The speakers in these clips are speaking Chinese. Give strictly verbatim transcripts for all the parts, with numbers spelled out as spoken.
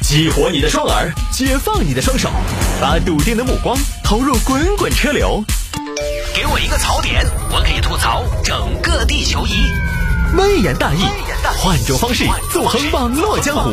激活你的双耳，解放你的双手，把笃定的目光投入滚滚车流。给我一个槽点，我可以吐槽整个地球仪。微言大义，换种方式纵横网络江湖。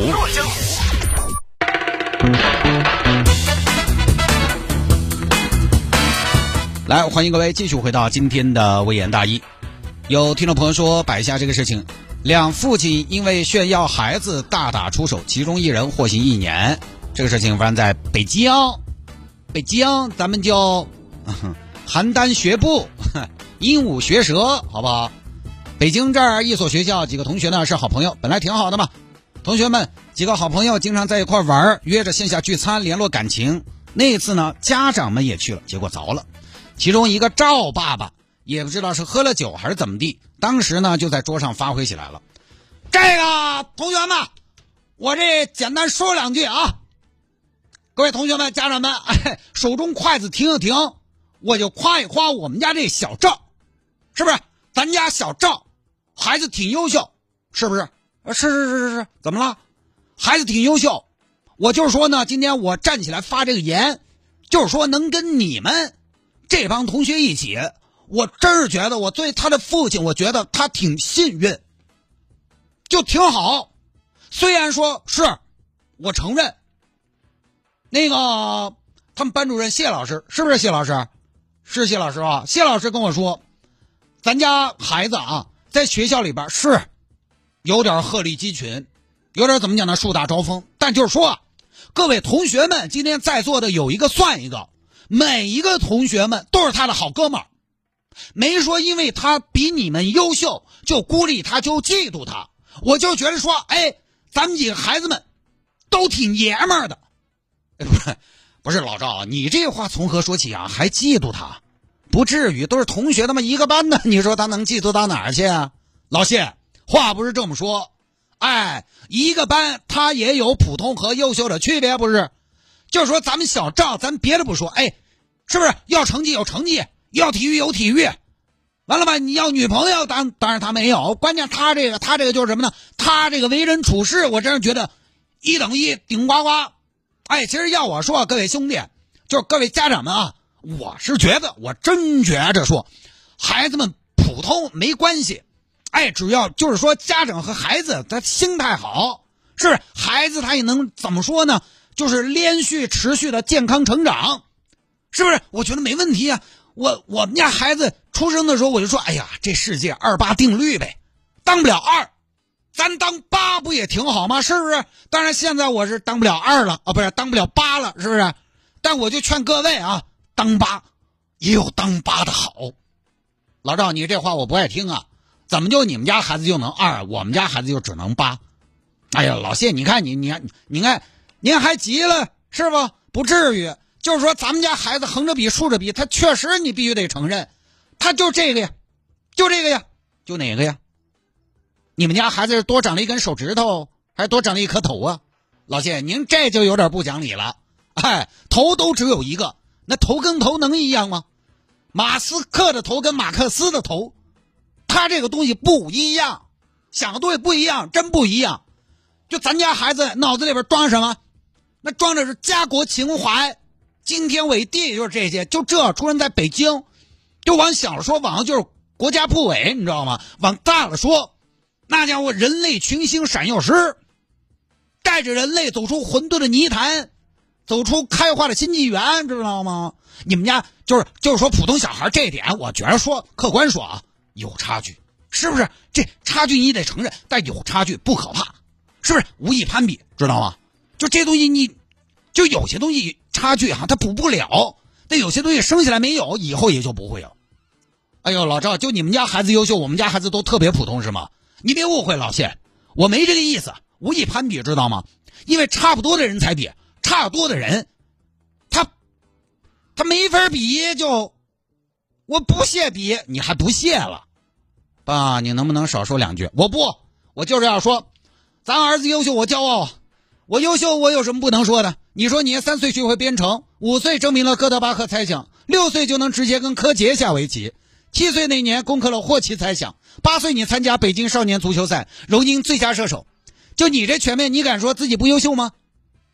来，欢迎各位继续回到今天的微言大义。有听众朋友说，摆下这个事情，两父亲因为炫耀孩子大打出手，其中一人获刑一年。这个事情发生在北京，北京咱们叫邯郸学步，鹦鹉学舌，好不好？北京这儿一所学校，几个同学呢是好朋友，本来挺好的嘛。同学们几个好朋友经常在一块玩，约着线下聚餐联络感情。那一次呢，家长们也去了，结果糟了。其中一个赵爸爸也不知道是喝了酒还是怎么地，当时呢就在桌上发挥起来了。这个同学们，我这简单说两句啊。各位同学们家长们，哎，手中筷子停一停，我就夸一夸我们家这小赵，是不是？咱家小赵孩子挺优秀，是不是？是是是是是，怎么了？孩子挺优秀，我就是说呢，今天我站起来发这个言，就是说能跟你们这帮同学一起，我真是觉得我作为他的父亲，我觉得他挺幸运，就挺好。虽然说是我承认那个他们班主任谢老师，是不是谢老师？是谢老师啊。谢老师跟我说，咱家孩子啊在学校里边是有点鹤立鸡群，有点怎么讲呢，树大招风。但就是说啊，各位同学们今天在座的有一个算一个，每一个同学们都是他的好哥们儿，没说因为他比你们优秀就孤立他，就嫉妒他。我就觉得说，哎，咱们几个孩子们都挺爷们儿的。哎，不是不是老赵，你这话从何说起啊？还嫉妒他？不至于，都是同学的嘛，一个班的，你说他能嫉妒到哪儿去啊？老谢，话不是这么说，哎，一个班他也有普通和优秀的区别，不是？就是说咱们小赵，咱别的不说，哎，是不是要成绩有成绩，要体育有体育，完了吧？你要女朋友，当当然他没有，关键他这个他这个就是什么呢？他这个为人处事，我真是觉得一等一顶呱呱。哎，其实要我说，各位兄弟，就是各位家长们啊，我是觉得，我真觉着说，孩子们普通没关系，哎，只要就是说家长和孩子他心态好，是不是？孩子他也能怎么说呢？就是连续持续的健康成长，是不是？我觉得没问题啊。我我们家孩子出生的时候，我就说，哎呀，这世界二八定律呗，当不了二，咱当八不也挺好吗？是不是？当然现在我是当不了二了啊，不是当不了八了，是不是？但我就劝各位啊，当八也有当八的好。老赵，你这话我不爱听啊，怎么就你们家孩子就能二，我们家孩子就只能八？哎呀，老谢，你看你你你看您还急了是吧？不至于，就是说咱们家孩子横着比竖着比，他确实你必须得承认，他就这个呀，就这个呀，就哪个呀？你们家孩子是多长了一根手指头，还是多长了一颗头啊？老谢，您这就有点不讲理了。哎，头都只有一个，那头跟头能一样吗？马斯克的头跟马克思的头，他这个东西不一样，想的东西不一样，真不一样。就咱家孩子脑子里边装什么？那装的是家国情怀，惊天伟地，就是这些。就这出生在北京，就往小了说，往上就是国家部委，你知道吗？往大了说，那家伙人类群星闪耀时，带着人类走出混沌的泥潭，走出开化的新纪元，知道吗？你们家就是就是说普通小孩这一点，我觉得说客观说啊，有差距，是不是？这差距你得承认，但有差距不可怕，是不是？无意攀比，知道吗？就这东西你，就有些东西差距哈、啊，它补不了，但有些东西生下来没有，以后也就不会有。哎呦，老赵，就你们家孩子优秀，我们家孩子都特别普通是吗？你别误会，老谢，我没这个意思，无意攀比，知道吗？因为差不多的人才比，差不多的人，他他没法比，就我不屑比，你还不屑了，爸，你能不能少说两句？我不，我就是要说，咱儿子优秀，我骄傲，我优秀，我有什么不能说的？你说你三岁学会编程，五岁证明了哥德巴赫猜想，六岁就能直接跟柯洁下围棋。七岁那年攻克了霍奇猜想，八岁你参加北京少年足球赛，荣膺最佳射手。就你这全面，你敢说自己不优秀吗？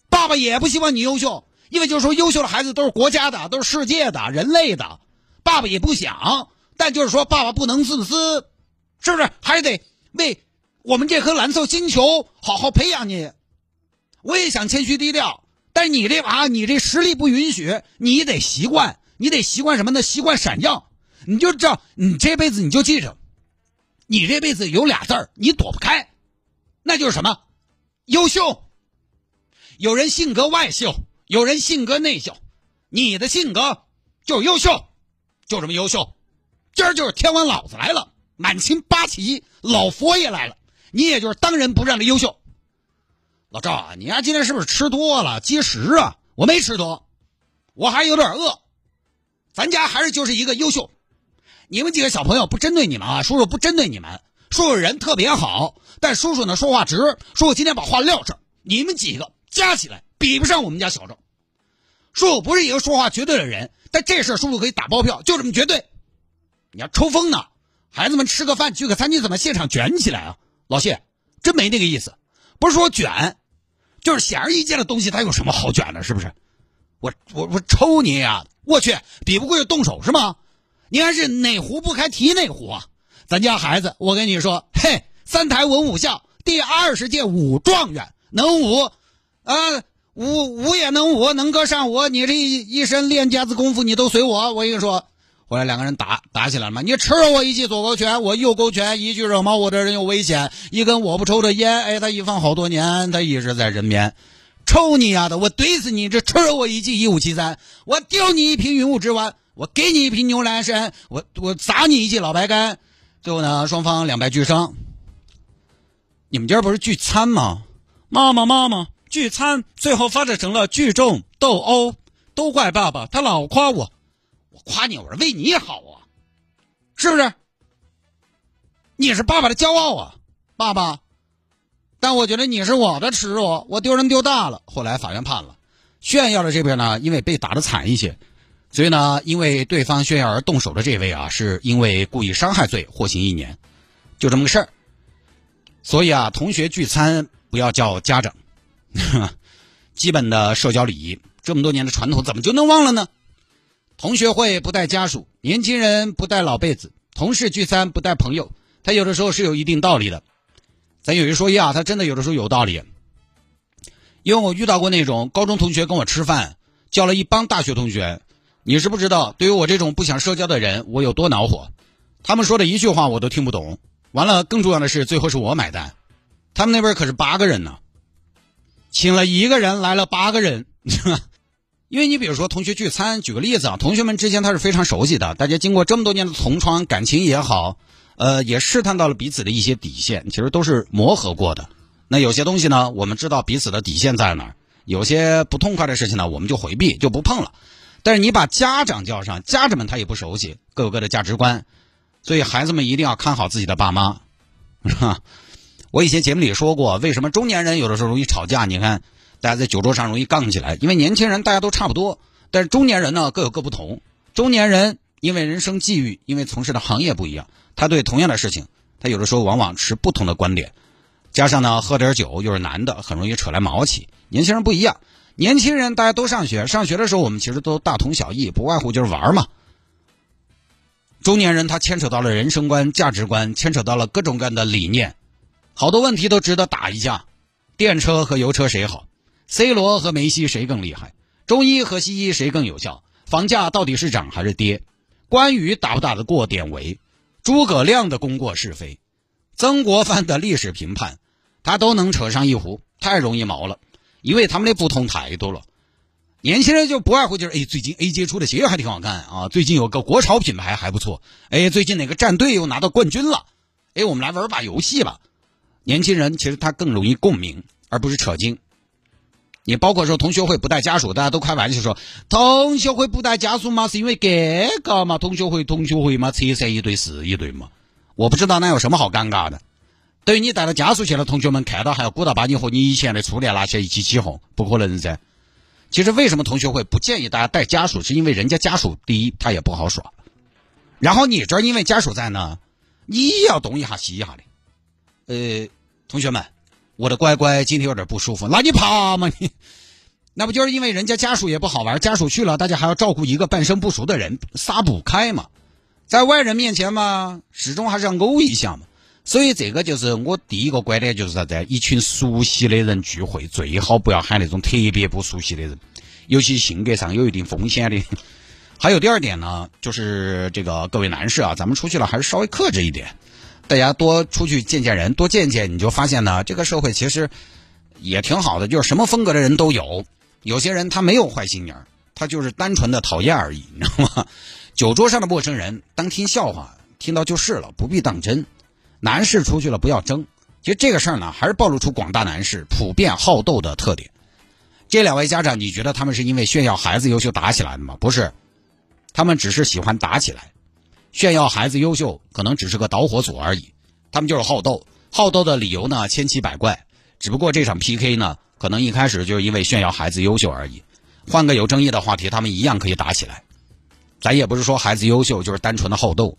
爸爸也不希望你优秀，因为就是说优秀的孩子都是国家的，都是世界的，人类的。爸爸也不想，但就是说爸爸不能自私，是不是？还得为我们这颗蓝色星球好好培养你。我也想谦虚低调，但是你这娃，你这实力不允许，你得习惯，你得习惯什么呢？习惯闪耀。你就知道，你这辈子你就记着，你这辈子有俩字儿，你躲不开，那就是什么？优秀。有人性格外秀，有人性格内秀，你的性格就是优秀，就这么优秀。今儿就是天王老子来了，满清八旗老佛爷来了，你也就是当仁不让的优秀。老赵啊，你呀、啊、今天是不是吃多了积食啊？我没吃多，我还有点饿。咱家还是就是一个优秀。你们几个小朋友不针对你们啊，叔叔不针对你们，叔叔人特别好，但叔叔呢说话直，叔叔今天把话撂这儿，你们几个加起来比不上我们家小赵。叔叔不是一个说话绝对的人，但这事叔叔可以打包票，就这么绝对。你要抽风呢，孩子们吃个饭聚个餐，你怎么现场卷起来啊？老谢真没那个意思，不是说卷，就是显而易见的东西，它有什么好卷的？是不是？我我我抽你呀、啊！我去，比不过就动手是吗？你还是哪壶不开提哪壶啊！咱家孩子，我跟你说，嘿，三台文武校第二十届武状元，能武，啊，武武也能武，能歌善舞，你这一一身练家子功夫，你都随我。我跟你说，后来两个人打打起来了嘛，你吃了我一记左勾拳，我右勾拳，一句惹毛我的人有危险，一根我不抽的烟，哎，他一放好多年，他一直在人面。抽你丫的，我怼死你！这吃了我一记一五七三，我丢你一瓶云雾之丸，我给你一瓶牛栏山，我我砸你一记老白干。最后呢，双方两败俱伤。你们今儿不是聚餐吗？妈妈妈妈，聚餐最后发展成了聚众斗殴，都怪爸爸，他老夸我。我夸你，我是为你好啊，是不是？你是爸爸的骄傲啊，爸爸。但我觉得你是我的耻辱，我丢人丢大了。后来法院判了，炫耀的这边呢，因为被打得惨一些，所以呢，因为对方炫耀而动手的这位啊，是因为故意伤害罪获刑一年，就这么个事儿。所以啊，同学聚餐不要叫家长，基本的社交礼仪，这么多年的传统怎么就能忘了呢？同学会不带家属，年轻人不带老辈子，同事聚餐不带朋友，他有的时候是有一定道理的。咱有一说一啊，他真的有的时候有道理，因为我遇到过那种高中同学跟我吃饭，叫了一帮大学同学，你是不知道对于我这种不想社交的人我有多恼火，他们说的一句话我都听不懂，完了更重要的是最后是我买单，他们那边可是八个人呢，请了一个人来了八个人因为你比如说同学聚餐，举个例子啊，同学们之间他是非常熟悉的，大家经过这么多年的同窗，感情也好，呃，也试探到了彼此的一些底线，其实都是磨合过的。那有些东西呢，我们知道彼此的底线在哪儿，有些不痛快的事情呢，我们就回避，就不碰了。但是你把家长叫上，家长们他也不熟悉，各有各的价值观，所以孩子们一定要看好自己的爸妈。我以前节目里说过，为什么中年人有的时候容易吵架？你看，大家在酒桌上容易杠起来，因为年轻人大家都差不多，但是中年人呢各有各不同。中年人因为人生际遇，因为从事的行业不一样，他对同样的事情，他有的时候往往持不同的观点。加上呢，喝点酒又是男的，很容易扯来毛气。年轻人不一样，年轻人大家都上学，上学的时候我们其实都大同小异，不外乎就是玩嘛。中年人他牵扯到了人生观、价值观，牵扯到了各种各样的理念，好多问题都值得打一架。电车和油车谁好？ C 罗和梅西谁更厉害？中医和西医谁更有效？房价到底是涨还是跌？关羽打不打得过典韦？诸葛亮的功过是非？曾国藩的历史评判，他都能扯上一壶，太容易毛了，因为他们的不同太多了。年轻人就不外乎就是，哎，最近 A 街出的鞋还挺好看啊，最近有个国潮品牌还不错，哎，最近哪个战队又拿到冠军了，哎，我们来玩把游戏吧。年轻人其实他更容易共鸣，而不是扯筋。你包括说同学会不带家属，大家都开玩笑说同学会不带家属嘛，是因为这个嘛，同学会同学会嘛，车三一对是一对嘛。我不知道那有什么好尴尬的。对于你带了家属去了，同学们看到还要鼓捣把你和你以前的初恋拿起来一起起哄，不可能噻。其实为什么同学会不建议大家带家属，是因为人家家属第一他也不好耍，然后你这儿因为家属在呢，你也要动一下西一下的。呃，同学们，我的乖乖今天有点不舒服，那你爬嘛你， 那不就是因为人家家属也不好玩，家属去了，大家还要照顾一个半生不熟的人，撒不开嘛。在外人面前嘛，始终还是要勾一下嘛。所以这个就是我第一个观点，就是啥子？一群熟悉的人聚会，最好不要喊那种特别不熟悉的人，尤其性格上有一定风险的。还有第二点呢，就是这个各位男士啊，咱们出去了还是稍微克制一点，大家多出去见见人，多见见，你就发现呢，这个社会其实也挺好的，就是什么风格的人都有。有些人他没有坏心眼儿，他就是单纯的讨厌而已，你知道吗？酒桌上的陌生人当听笑话，听到就是了，不必当真。男士出去了不要争。其实这个事儿呢，还是暴露出广大男士普遍好斗的特点。这两位家长，你觉得他们是因为炫耀孩子优秀打起来的吗？不是，他们只是喜欢打起来。炫耀孩子优秀可能只是个导火索而已，他们就是好斗。好斗的理由呢千奇百怪，只不过这场 P K 呢可能一开始就是因为炫耀孩子优秀而已。换个有争议的话题，他们一样可以打起来。咱也不是说孩子优秀就是单纯的好斗，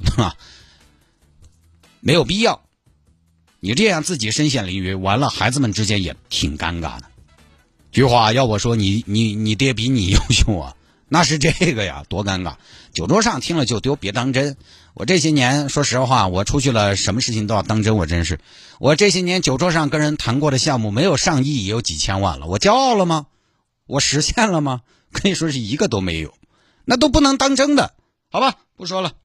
没有必要。你这样自己身陷囹圄，完了孩子们之间也挺尴尬的。句话要我说，你你你爹比你优秀啊，那是这个呀，多尴尬。酒桌上听了就丢，别当真。我这些年说实话，我出去了什么事情都要当真，我真是。我这些年酒桌上跟人谈过的项目没有上亿也有几千万了，我骄傲了吗？我实现了吗？可以说是一个都没有，那都不能当真的。好吧，不说了。